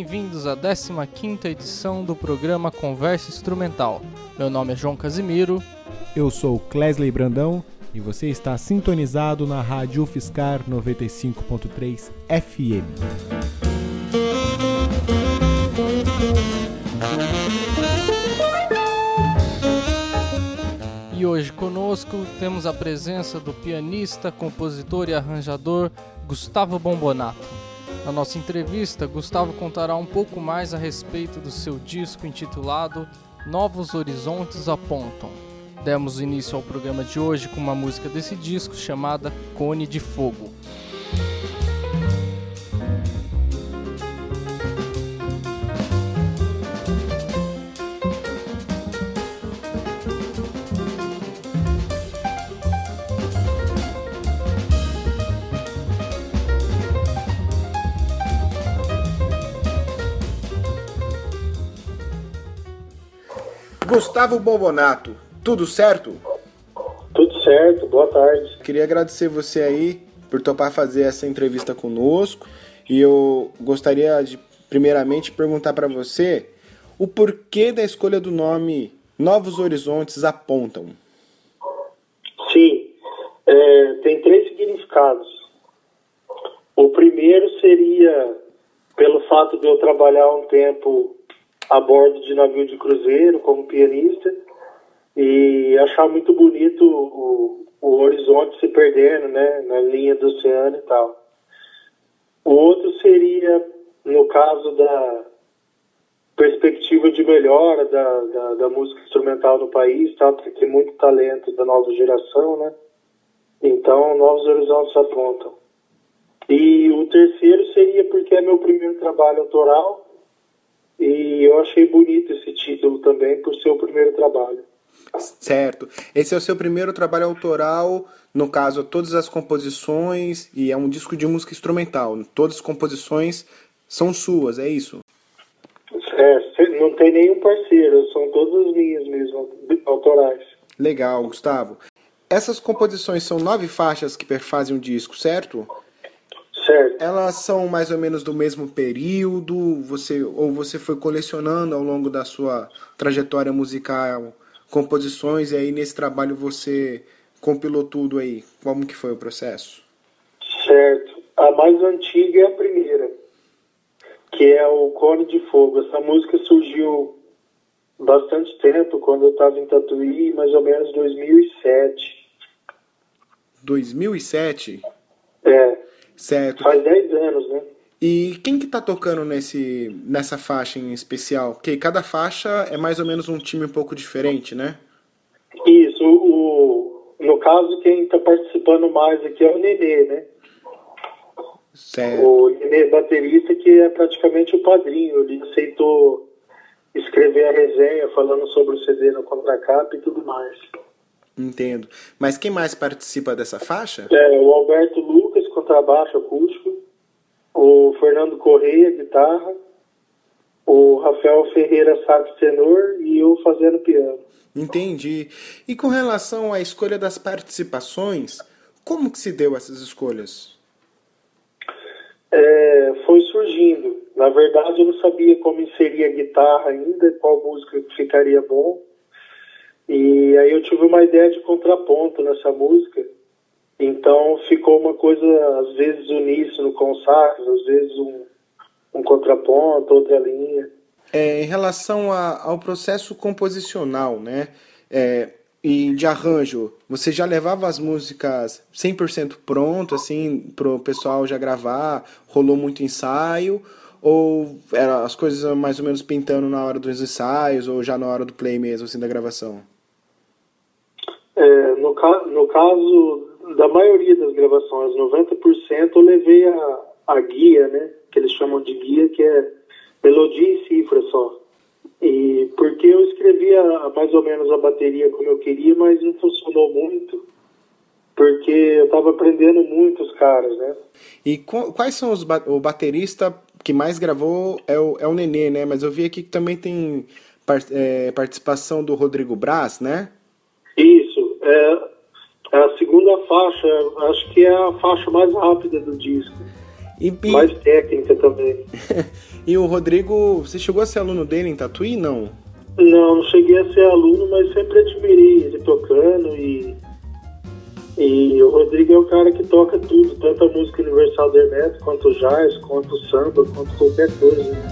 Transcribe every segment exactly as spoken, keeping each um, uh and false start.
bem-vindos à décima quinta edição do programa Conversa Instrumental. Meu nome é João Casimiro. Eu sou Clesley Brandão e você está sintonizado na Rádio UFSCar noventa e cinco ponto três F M. E hoje conosco temos a presença do pianista, compositor e arranjador Gustavo Bombonato. Na nossa entrevista, Gustavo contará um pouco mais a respeito do seu disco intitulado Novos Horizontes Apontam. Demos início ao programa de hoje com uma música desse disco chamada Cone de Fogo. Gustavo Bombonato, tudo certo? Tudo certo, boa tarde. Queria agradecer você aí por topar fazer essa entrevista conosco e eu gostaria de primeiramente perguntar para você o porquê da escolha do nome Novos Horizontes Apontam. Sim, é, tem três significados. O primeiro seria pelo fato de eu trabalhar um tempo a bordo de navio de cruzeiro como pianista e achar muito bonito o, o horizonte se perdendo, né, na linha do oceano e tal. O outro seria, no caso da perspectiva de melhora da, da, da música instrumental no país, tá, porque tem muito talento da nova geração, né? Então, Novos Horizontes Apontam. E o terceiro seria porque é meu primeiro trabalho autoral. E eu achei bonito esse título também por ser o primeiro trabalho. Certo. Esse é o seu primeiro trabalho autoral, no caso, todas as composições, e é um disco de música instrumental. Todas as composições são suas, é isso? É, não tem nenhum parceiro, são todas minhas mesmo, autorais. Legal, Gustavo. Essas composições são nove faixas que perfazem o disco, certo? Certo. Elas são mais ou menos do mesmo período, você, ou você foi colecionando ao longo da sua trajetória musical composições, e aí nesse trabalho você compilou tudo aí. Como que foi o processo? Certo. A mais antiga é a primeira, que é o Cone de Fogo. Essa música surgiu bastante tempo, quando eu estava em Tatuí, mais ou menos dois mil e sete. dois mil e sete? É. Certo. Faz dez anos, né? E quem que tá tocando nesse, nessa faixa em especial? Porque cada faixa é mais ou menos um time um pouco diferente, né? Isso. O, no caso, quem tá participando mais aqui é o Nenê, né? Certo. O Nenê, baterista, que é praticamente o padrinho. Ele aceitou escrever a resenha falando sobre o C D na contracapa e tudo mais. Entendo. Mas quem mais participa dessa faixa? É, o Alberto Lucas, contrabaixo acústico, o Fernando Correia, guitarra, o Rafael Ferreira, sax tenor e eu fazendo piano. Entendi. E com relação à escolha das participações, como que se deu essas escolhas? É, foi surgindo. Na verdade, eu não sabia como inserir a guitarra ainda, qual música ficaria bom. E aí eu tive uma ideia de contraponto nessa música. Então ficou uma coisa, às vezes uníssono com o sax, às vezes um, um contraponto, outra linha. É, em relação a, ao processo composicional, né, é, e de arranjo, você já levava as músicas cem por cento pronto, assim, pro pessoal já gravar, rolou muito ensaio, ou era as coisas mais ou menos pintando na hora dos ensaios, ou já na hora do play mesmo, assim, da gravação? É, no, ca- no caso da maioria das gravações, noventa por cento eu levei a, a guia, né, que eles chamam de guia, que é melodia e cifra só. E porque eu escrevia mais ou menos a bateria como eu queria, mas não funcionou muito, porque eu estava aprendendo muito os caras, né? E qu- quais são os ba- o baterista que mais gravou é o, é o Nenê, né? Mas eu vi aqui que também tem par- é, participação do Rodrigo Brás, né? Isso, é a segunda faixa, acho que é a faixa mais rápida do disco. E, e... mais técnica também. E o Rodrigo, você chegou a ser aluno dele em Tatuí, não? Não, não cheguei a ser aluno, mas sempre admirei ele tocando e... E o Rodrigo é o cara que toca tudo, tanto a música universal do Hermeto, quanto o jazz, quanto o samba, quanto qualquer coisa, né?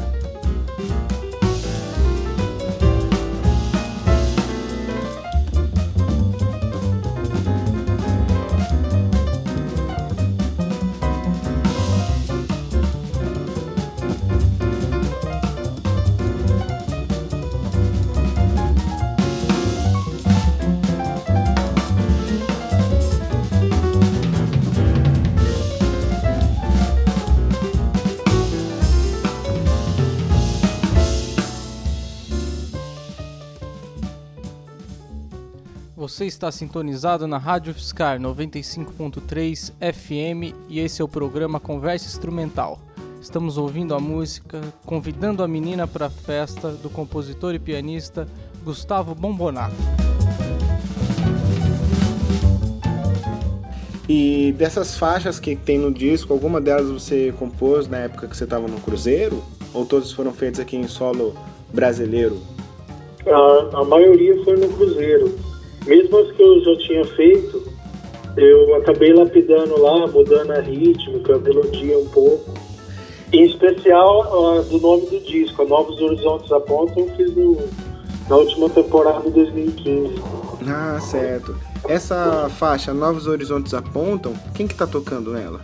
Você está sintonizado na Rádio UFSCar noventa e cinco ponto três F M e esse é o programa Conversa Instrumental. Estamos ouvindo a música Convidando a Menina para a Festa, do compositor e pianista Gustavo Bombonato. E dessas faixas que tem no disco, alguma delas você compôs na época que você estava no Cruzeiro? Ou todas foram feitas aqui em solo brasileiro? A, a maioria foi no Cruzeiro. Mesmo as que eu já tinha feito, eu acabei lapidando lá, mudando a rítmica, a melodia um pouco. Em especial, a, do nome do disco, a Novos Horizontes Apontam, eu fiz no, na última temporada de dois mil e quinze. Ah, certo. Essa faixa, Novos Horizontes Apontam, quem que tá tocando ela?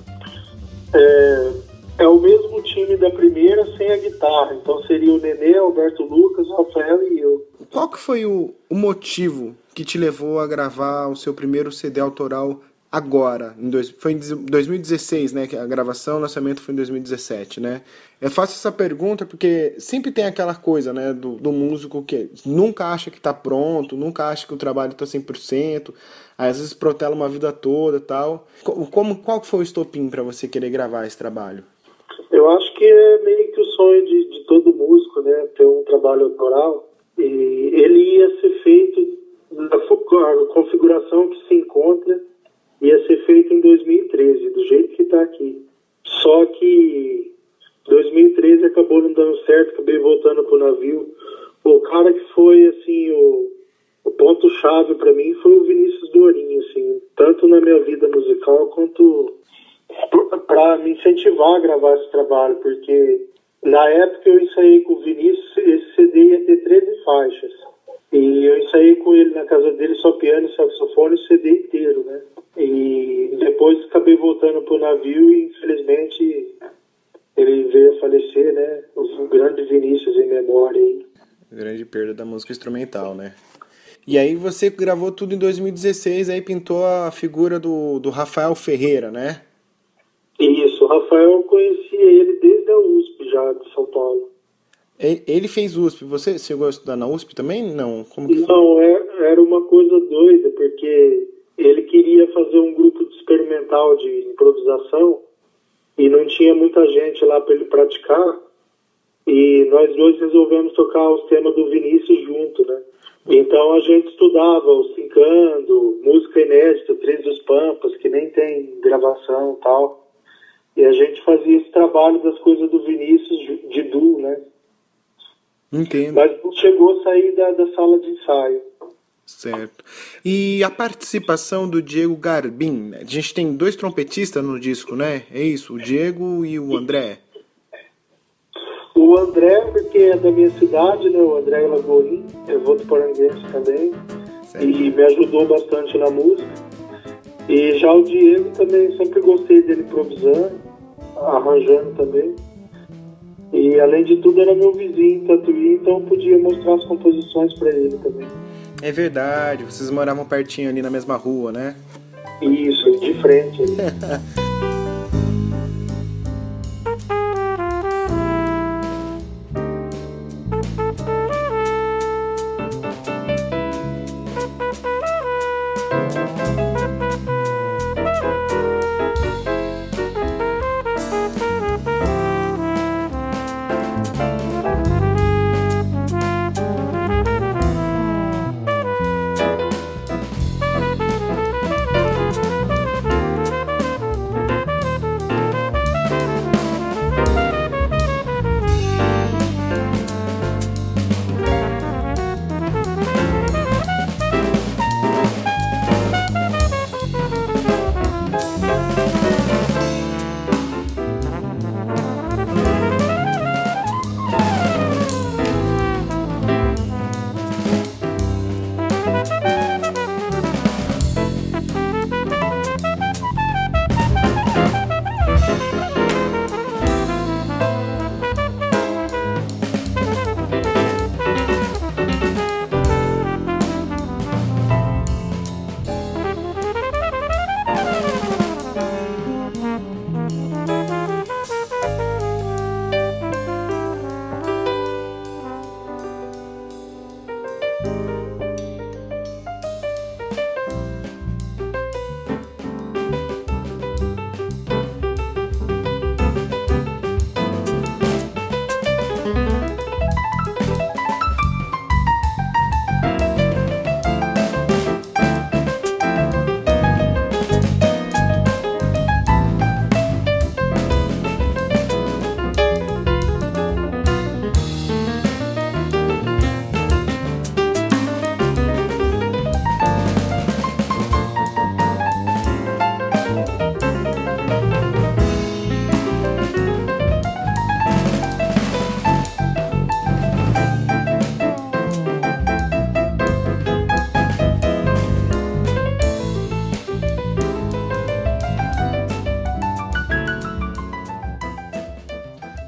É, é o mesmo time da primeira, sem a guitarra. Então seria o Nenê, Alberto Lucas, o Rafael e eu. Qual que foi o, o motivo que te levou a gravar o seu primeiro C D autoral agora? Em dois, foi em dois mil e dezesseis, né? Que a gravação, o lançamento foi em dois mil e dezessete, né? Eu faço essa pergunta porque sempre tem aquela coisa, né? Do, do músico que nunca acha que tá pronto, nunca acha que o trabalho tá cem por cento, às vezes protela uma vida toda e tal. Como, qual foi o estopim para você querer gravar esse trabalho? Eu acho que é meio que o sonho de, de todo músico, né? Ter um trabalho autoral. E ele ia ser feito na configuração que se encontra, ia ser feito em dois mil e treze, do jeito que está aqui. Só que dois mil e treze acabou não dando certo, acabei voltando pro navio. O cara que foi assim o, o ponto-chave para mim foi o Vinícius Dorinho, assim, tanto na minha vida musical quanto para me incentivar a gravar esse trabalho, porque na época eu ensaiei com o Vinícius, esse C D ia ter treze faixas. E eu ensaiei com ele na casa dele, só piano e saxofone, o C D inteiro, né? E depois acabei voltando pro navio e infelizmente ele veio a falecer, né? O grande Vinícius em memória aí. Grande perda da música instrumental, né? E aí você gravou tudo em dois mil e dezesseis, aí pintou a figura do, do Rafael Ferreira, né? Isso, o Rafael, eu conhecia ele desde a U S P já, de São Paulo. Ele fez U S P, você chegou a estudar na U S P também? Não, como que Não, é, era uma coisa doida, porque ele queria fazer um grupo de experimental de improvisação e não tinha muita gente lá para ele praticar, e nós dois resolvemos tocar os temas do Vinícius junto, né? Então a gente estudava o Cincando, música inédita, Três dos Pampas, que nem tem gravação e tal. E a gente fazia esse trabalho das coisas do Vinícius de duo, né? Entendo. Mas não chegou a sair da, da sala de ensaio. Certo. E a participação do Diego Garbim, né? A gente tem dois trompetistas no disco, né? É isso, o Diego e o André. O André, porque é da minha cidade, né? O André Lagoim, é votuporanguense também. Certo. E me ajudou bastante na música. E já o Diego também, sempre gostei dele improvisando, arranjando também. E além de tudo era meu vizinho em Tatuí, então eu podia mostrar as composições para ele também. É verdade, vocês moravam pertinho ali na mesma rua, né? Isso, de frente ali.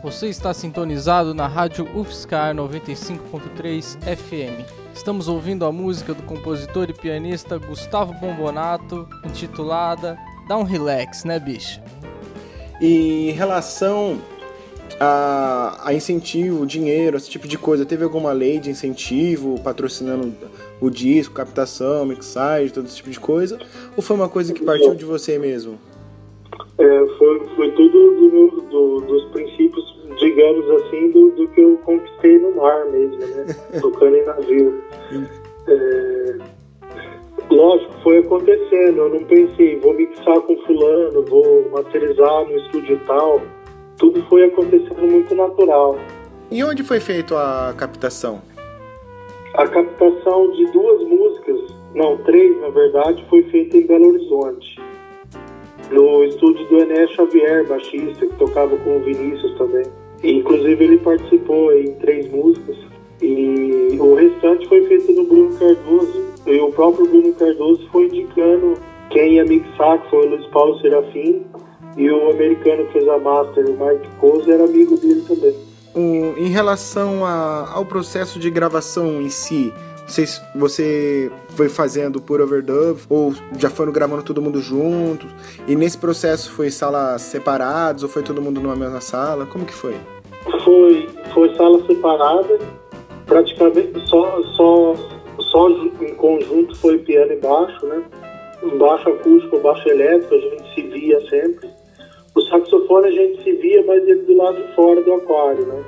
Você está sintonizado na Rádio UFSCar noventa e cinco ponto três F M. Estamos ouvindo a música do compositor e pianista Gustavo Bombonato, intitulada Dá um Relax, né, bicho? E em relação a, a incentivo, dinheiro, esse tipo de coisa, teve alguma lei de incentivo patrocinando o disco, captação, mixagem, todo esse tipo de coisa? Ou foi uma coisa que partiu de você mesmo? É, foi, foi tudo do meu, do, dos princípios, digamos assim, do, do que eu conquistei no mar mesmo, né? Tocando em navio. É, lógico, foi acontecendo. Eu não pensei, vou mixar com fulano, vou masterizar no estúdio tal. Tudo foi acontecendo muito natural. E onde foi feita a captação? A captação de duas músicas, não, três na verdade, foi feita em Belo Horizonte. No estúdio do Ené Xavier, baixista, que tocava com o Vinícius também. E, inclusive ele participou em três músicas. E o restante foi feito no Bruno Cardoso. E o próprio Bruno Cardoso foi indicando quem ia mixar, que foi o Luiz Paulo Serafim. E o americano que fez a master, o Mike Coase, era amigo dele também. Um, em relação a, ao processo de gravação em si, Você, você foi fazendo por overdub ou já foram gravando todo mundo junto? E nesse processo foi salas separadas ou foi todo mundo numa mesma sala? Como que foi? Foi, foi sala separada, praticamente só, só, só em conjunto foi piano e baixo, né? Um baixo acústico, baixo elétrico, a gente se via sempre. O saxofone a gente se via, mas ele do lado de fora do aquário, né?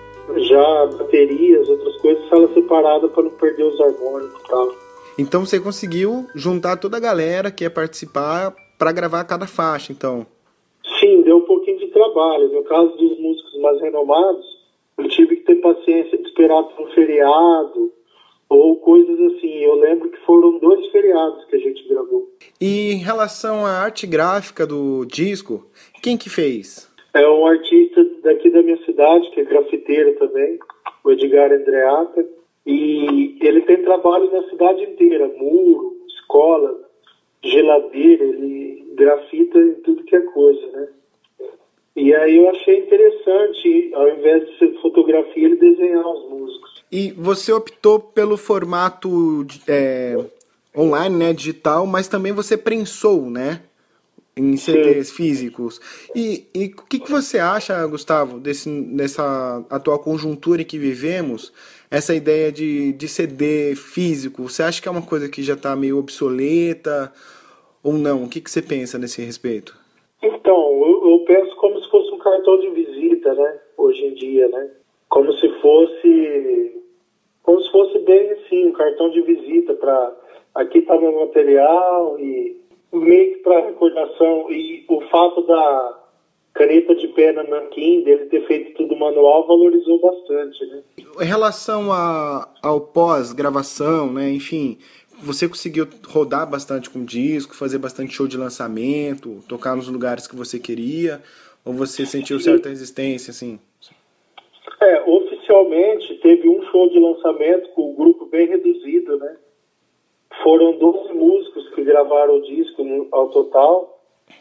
Já baterias, outras coisas, sala separada para não perder os harmônicos e tal. Então você conseguiu juntar toda a galera que ia participar para gravar cada faixa, então? Sim, deu um pouquinho de trabalho. No caso dos músicos mais renomados, eu tive que ter paciência de esperar por um feriado ou coisas assim. Eu lembro que foram dois feriados que a gente gravou. E em relação à arte gráfica do disco, quem que fez? É um artista daqui da minha cidade, que é grafiteiro também, o Edgar Andreata, e ele tem trabalho na cidade inteira, muro, escola, geladeira, ele grafita em tudo que é coisa, né? E aí eu achei interessante, ao invés de ser fotografia, ele desenhar os músicos. E você optou pelo formato é, online, né, digital, mas também você prensou, né? Em C Ds Sim. físicos. E, e o que, que você acha, Gustavo, desse, dessa atual conjuntura em que vivemos, essa ideia de, de C D físico? Você acha que é uma coisa que já está meio obsoleta ou não? O que, que você pensa nesse respeito? Então, eu, eu penso como se fosse um cartão de visita, né? Hoje em dia, né? Como se fosse... Como se fosse bem assim, um cartão de visita para... Aqui está meu material e... meio que para recordação, e o fato da caneta de pena nanquim, dele ter feito tudo manual, valorizou bastante, né? Em relação a, ao pós-gravação, né, enfim, você conseguiu rodar bastante com o disco, fazer bastante show de lançamento, tocar nos lugares que você queria, ou você sentiu certa resistência, assim? É, oficialmente teve um show de lançamento com o grupo bem reduzido, né? Foram doze músicos que gravaram o disco no, ao total.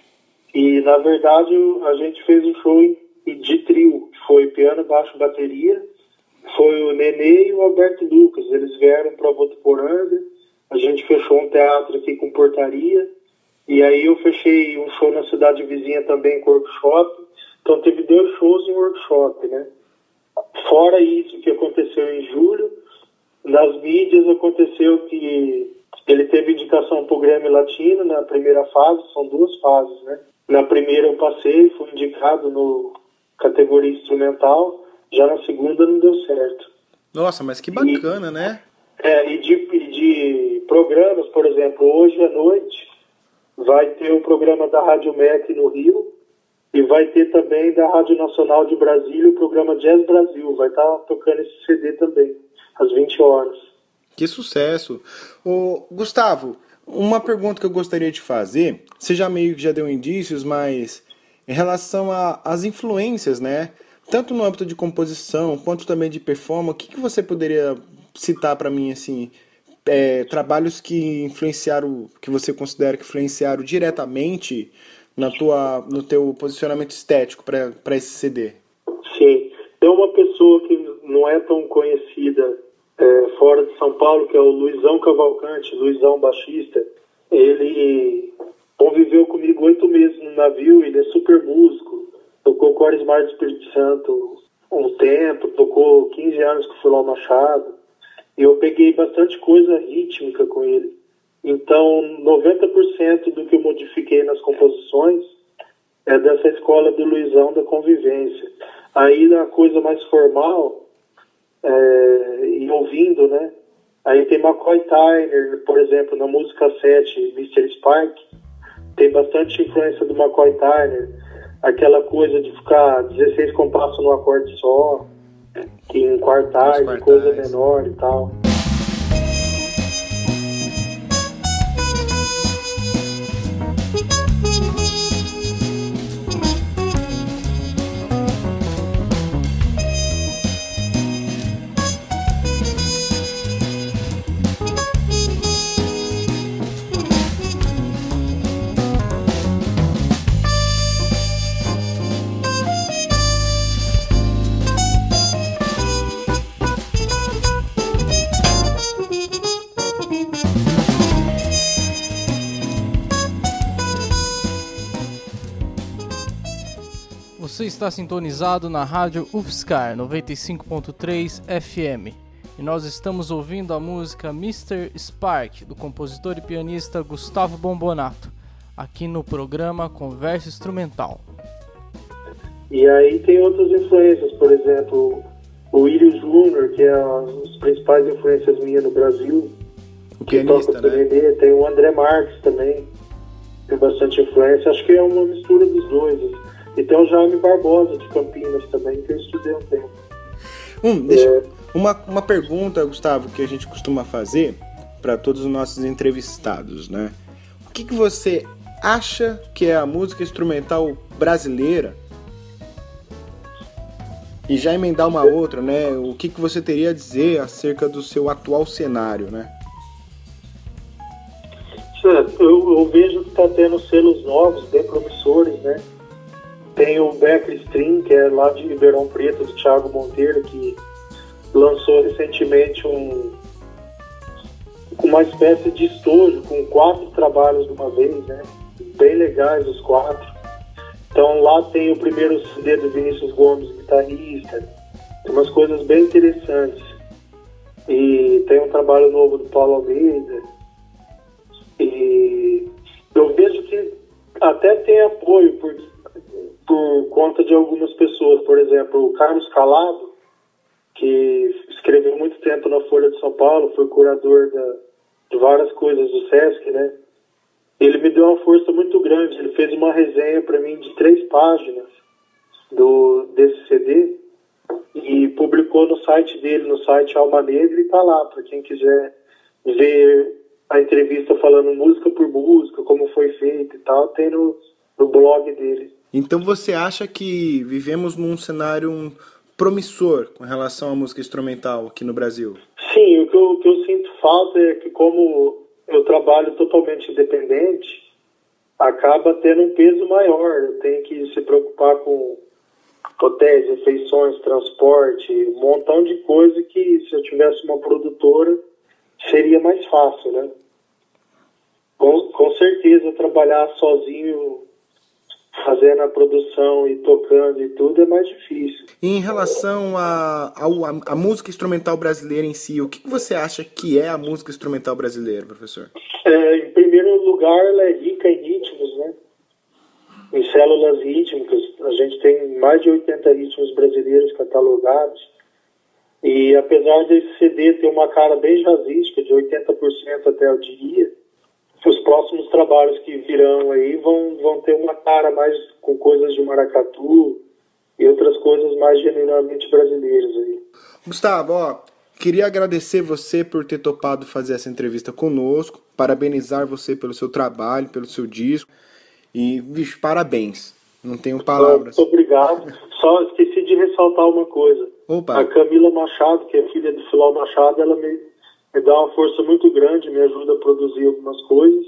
E, na verdade, a gente fez um show de trio. Foi piano, baixo, bateria. Foi o Nenê e o Alberto Lucas. Eles vieram para Votuporanga. A gente fechou um teatro aqui com portaria. E aí eu fechei um show na cidade vizinha também com workshop. Então teve dois shows em workshop, né? Fora isso que aconteceu em julho, nas mídias aconteceu que ele teve indicação para o Grammy Latino na primeira fase, são duas fases, né? Na primeira eu passei, fui indicado no categoria instrumental, já na segunda não deu certo. Nossa, mas que bacana, e, né? É, e de, de programas, por exemplo, hoje à noite vai ter o programa da Rádio M E C no Rio e vai ter também da Rádio Nacional de Brasília o programa Jazz Brasil, vai estar tocando esse C D também, às vinte horas. Que sucesso! Ô, Gustavo, uma pergunta que eu gostaria de fazer, você já meio que já deu indícios, mas em relação às influências, né? Tanto no âmbito de composição, quanto também de performance, o que, que você poderia citar para mim, assim, é, trabalhos que influenciaram, que você considera que influenciaram diretamente na tua, no teu posicionamento estético para esse C D? Sim. Tem uma pessoa que não é tão conhecida é, fora de São Paulo, que é o Luizão Cavalcante, Luizão baixista. Ele conviveu comigo oito meses no navio, ele é super músico, tocou com o Arismar do Espírito Santo um tempo, tocou quinze anos com o Filó Machado, e eu peguei bastante coisa rítmica com ele. Então, noventa por cento do que eu modifiquei nas composições é dessa escola do Luizão da convivência. Aí, na coisa mais formal, é, e ouvindo, né? Aí tem McCoy Tyner, por exemplo, na música sete, mister Spark, tem bastante influência do McCoy Tyner, aquela coisa de ficar dezesseis compassos num acorde só, que em quartais, quartais, coisa menor e tal. Você está sintonizado na rádio UFSCar noventa e cinco ponto três F M e nós estamos ouvindo a música mister Spark, do compositor e pianista Gustavo Bombonato, aqui no programa Conversa Instrumental. E aí tem outras influências, por exemplo, o William Júnior, que é as principais influências minhas no Brasil, o pianista, né? Tem o André Marques também, tem bastante influência, acho que é uma mistura dos dois. E tem o Jaime Barbosa, de Campinas, também, que eu estudei um tempo. Hum, deixa, é... uma, uma pergunta, Gustavo, que a gente costuma fazer para todos os nossos entrevistados, né? O que, que você acha que é a música instrumental brasileira? E já emendar uma outra, né? O que, que você teria a dizer acerca do seu atual cenário, né? Eu, eu vejo que está tendo selos novos, bem promissores, né? Tem o Becker String, que é lá de Ribeirão Preto, do Thiago Monteiro, que lançou recentemente um, uma espécie de estojo com quatro trabalhos de uma vez, né? Bem legais os quatro. Então lá tem o primeiro C D do Vinícius Gomes, guitarrista, tem umas coisas bem interessantes. E tem um trabalho novo do Paulo Almeida. E eu vejo que até tem apoio por por conta de algumas pessoas, por exemplo, o Carlos Calado, que escreveu muito tempo na Folha de São Paulo, foi curador da, de várias coisas do Sesc, né? Ele me deu uma força muito grande, ele fez uma resenha para mim de três páginas do, desse C D e publicou no site dele, no site Alma Negra, e tá lá, para quem quiser ver a entrevista falando música por música, como foi feito e tal, tem no, no blog dele. Então você acha que vivemos num cenário promissor com relação à música instrumental aqui no Brasil? Sim, o que eu, o que eu sinto falta é que, como eu trabalho totalmente independente, acaba tendo um peso maior. Eu tenho que se preocupar com hotéis, refeições, transporte, um montão de coisa que, se eu tivesse uma produtora, seria mais fácil, né? Com, com certeza, trabalhar sozinho, fazendo a produção e tocando e tudo, é mais difícil. E em relação à a, a, a música instrumental brasileira em si, o que, que você acha que é a música instrumental brasileira, professor? É, em primeiro lugar, ela é rica em ritmos, né? Em células rítmicas. A gente tem mais de oitenta ritmos brasileiros catalogados. E apesar desse C D ter uma cara bem jazzística, de oitenta por cento até eu diria, os próximos trabalhos que virão aí vão, vão ter uma cara mais com coisas de maracatu e outras coisas mais genuinamente brasileiras aí. Gustavo, ó, queria agradecer você por ter topado fazer essa entrevista conosco, parabenizar você pelo seu trabalho, pelo seu disco e, bicho, parabéns. Não tenho palavras. Muito obrigado. Só esqueci de ressaltar uma coisa. Opa. A Camila Machado, que é filha do Filó Machado, ela me... me dá uma força muito grande, me ajuda a produzir algumas coisas,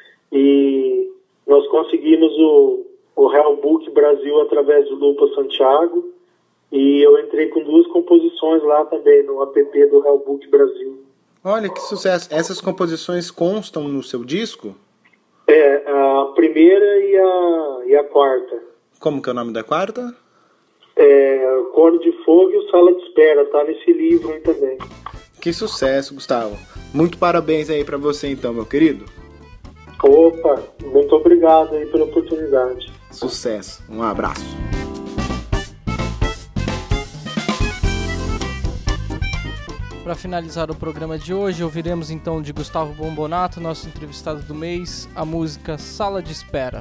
e nós conseguimos o, o Real Book Brasil através do Lupa Santiago, E eu entrei com duas composições lá também, no app do Hellbook Brasil. Olha que sucesso. Essas composições constam no seu disco? É, a primeira e a, e a quarta. Como que é o nome da quarta? É, Cone de Fogo e o Sala de Espera, tá nesse livro aí também. Que sucesso, Gustavo. Muito parabéns aí pra você então, meu querido. Opa, muito obrigado aí pela oportunidade. Sucesso. Um abraço. Para finalizar o programa de hoje, ouviremos então de Gustavo Bombonato, nosso entrevistado do mês, a música Sala de Espera.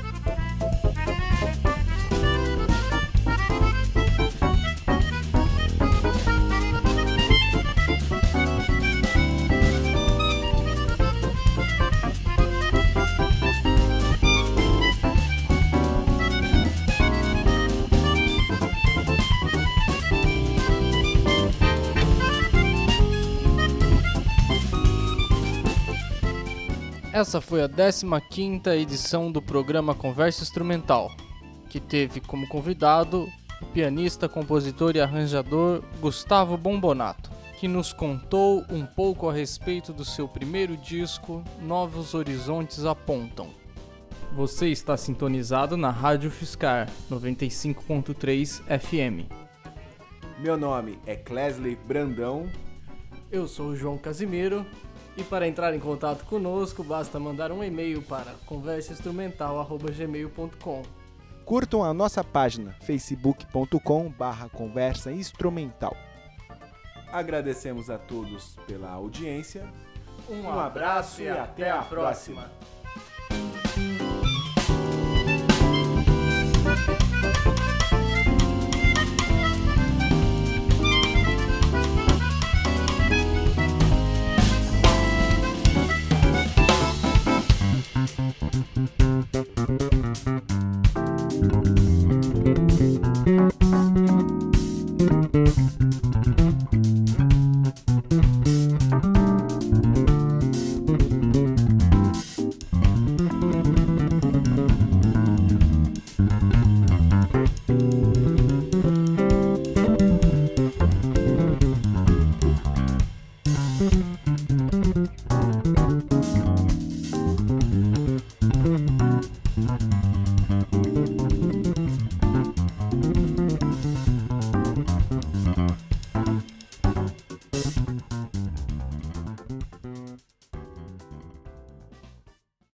Essa foi a décima quinta edição do programa Conversa Instrumental, que teve como convidado o pianista, compositor e arranjador Gustavo Bombonato, que nos contou um pouco a respeito do seu primeiro disco, Novos Horizontes Apontam. Você está sintonizado na Rádio Fiscar noventa e cinco ponto três F M. Meu nome é Clesley Brandão. Eu sou o João Casimiro. E para entrar em contato conosco, basta mandar um e-mail para conversa instrumental arroba gmail ponto com. Curtam a nossa página facebook ponto com barra conversa instrumental. Agradecemos a todos pela audiência. Um abraço e até a próxima.